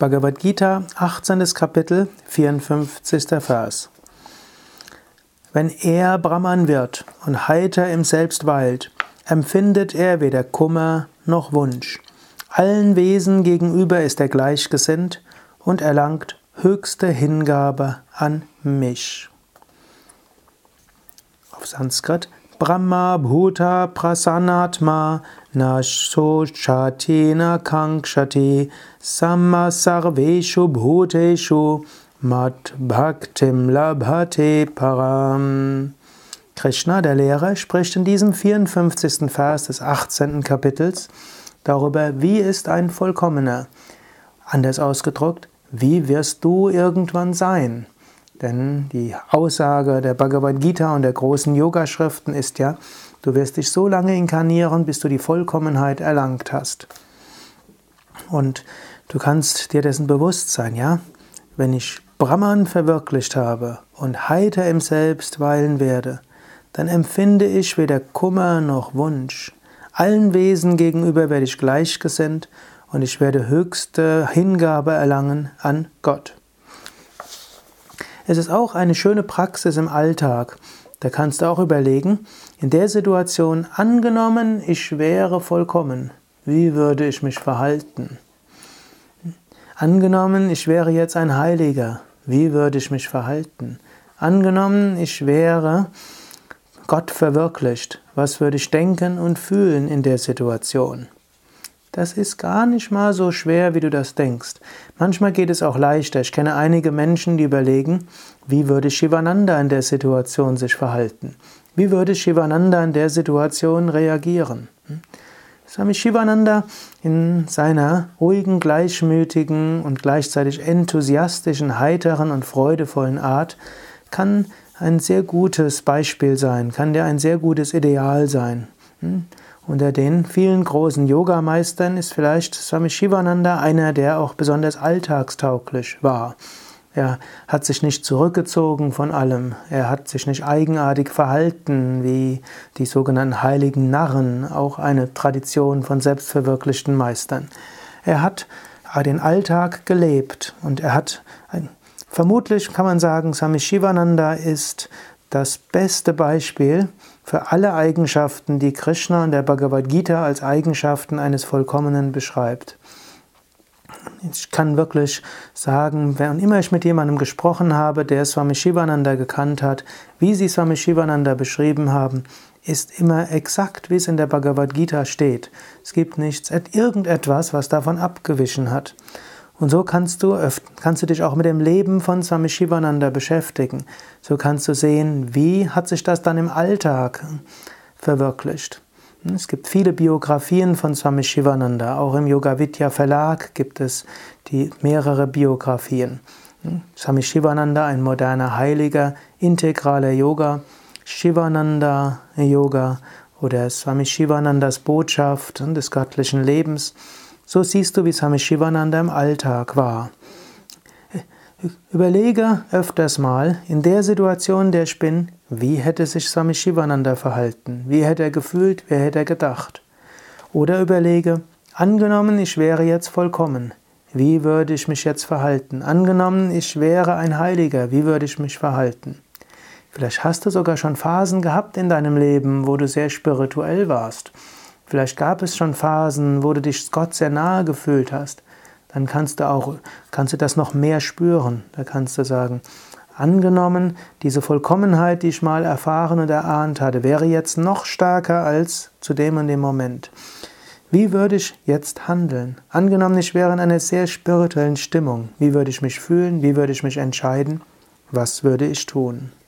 Bhagavad Gita, 18. Kapitel, 54. Vers. Wenn er Brahman wird und heiter im Selbst weilt, empfindet er weder Kummer noch Wunsch. Allen Wesen gegenüber ist er gleichgesinnt und erlangt höchste Hingabe an mich. Auf Sanskrit: Brahma Bhuta Prasannatma Nashochati na Kankshati Samma Sarveshu Bhuteshu Mad Bhaktim Labhate Param. Krishna, der Lehrer, spricht in diesem 54. Vers des 18. Kapitels darüber, wie ist ein Vollkommener. Anders ausgedrückt, wie wirst du irgendwann sein? Denn die Aussage der Bhagavad Gita und der großen Yogaschriften ist ja, du wirst dich so lange inkarnieren, bis du die Vollkommenheit erlangt hast. Und du kannst dir dessen bewusst sein, ja? Wenn ich Brahman verwirklicht habe und heiter im Selbst weilen werde, dann empfinde ich weder Kummer noch Wunsch. Allen Wesen gegenüber werde ich gleichgesinnt und ich werde höchste Hingabe erlangen an Gott. Es ist auch eine schöne Praxis im Alltag. Da kannst du auch überlegen, in der Situation, angenommen, ich wäre vollkommen, wie würde ich mich verhalten? Angenommen, ich wäre jetzt ein Heiliger, wie würde ich mich verhalten? Angenommen, ich wäre Gott verwirklicht, was würde ich denken und fühlen in der Situation? Das ist gar nicht mal so schwer, wie du das denkst. Manchmal geht es auch leichter. Ich kenne einige Menschen, die überlegen, wie würde Shivananda in der Situation sich verhalten? Wie würde Shivananda in der Situation reagieren? Swami Shivananda in seiner ruhigen, gleichmütigen und gleichzeitig enthusiastischen, heiteren und freudevollen Art kann ein sehr gutes Beispiel sein, kann dir ein sehr gutes Ideal sein. Unter den vielen großen Yogameistern ist vielleicht Swami Shivananda einer, der auch besonders alltagstauglich war. Er hat sich nicht zurückgezogen von allem. Er hat sich nicht eigenartig verhalten wie die sogenannten heiligen Narren, auch eine Tradition von selbstverwirklichten Meistern. Er hat den Alltag gelebt und vermutlich kann man sagen, Swami Shivananda ist das beste Beispiel für alle Eigenschaften, die Krishna in der Bhagavad Gita als Eigenschaften eines Vollkommenen beschreibt. Ich kann wirklich sagen, wann immer ich mit jemandem gesprochen habe, der Swami Shivananda gekannt hat, wie sie Swami Shivananda beschrieben haben, ist immer exakt, wie es in der Bhagavad Gita steht. Es gibt nichts, irgendetwas, was davon abgewichen hat. Und so kannst du dich auch mit dem Leben von Swami Shivananda beschäftigen. So kannst du sehen, wie hat sich das dann im Alltag verwirklicht. Es gibt viele Biografien von Swami Shivananda. Auch im Yogavidya Verlag gibt es mehrere Biografien. Swami Shivananda, ein moderner Heiliger, integraler Yoga, Shivananda Yoga oder Swami Shivanandas Botschaft des göttlichen Lebens. So siehst du, wie Swami Shivananda im Alltag war. Überlege öfters mal, in der Situation, in der ich bin, wie hätte sich Swami Shivananda verhalten? Wie hätte er gefühlt? Wie hätte er gedacht? Oder überlege, angenommen, ich wäre jetzt vollkommen. Wie würde ich mich jetzt verhalten? Angenommen, ich wäre ein Heiliger. Wie würde ich mich verhalten? Vielleicht hast du sogar schon Phasen gehabt in deinem Leben, wo du sehr spirituell warst. Vielleicht gab es schon Phasen, wo du dich Gott sehr nahe gefühlt hast. Dann kannst du das noch mehr spüren. Da kannst du sagen, angenommen, diese Vollkommenheit, die ich mal erfahren und erahnt hatte, wäre jetzt noch stärker als zu dem und dem Moment. Wie würde ich jetzt handeln? Angenommen, ich wäre in einer sehr spirituellen Stimmung. Wie würde ich mich fühlen? Wie würde ich mich entscheiden? Was würde ich tun?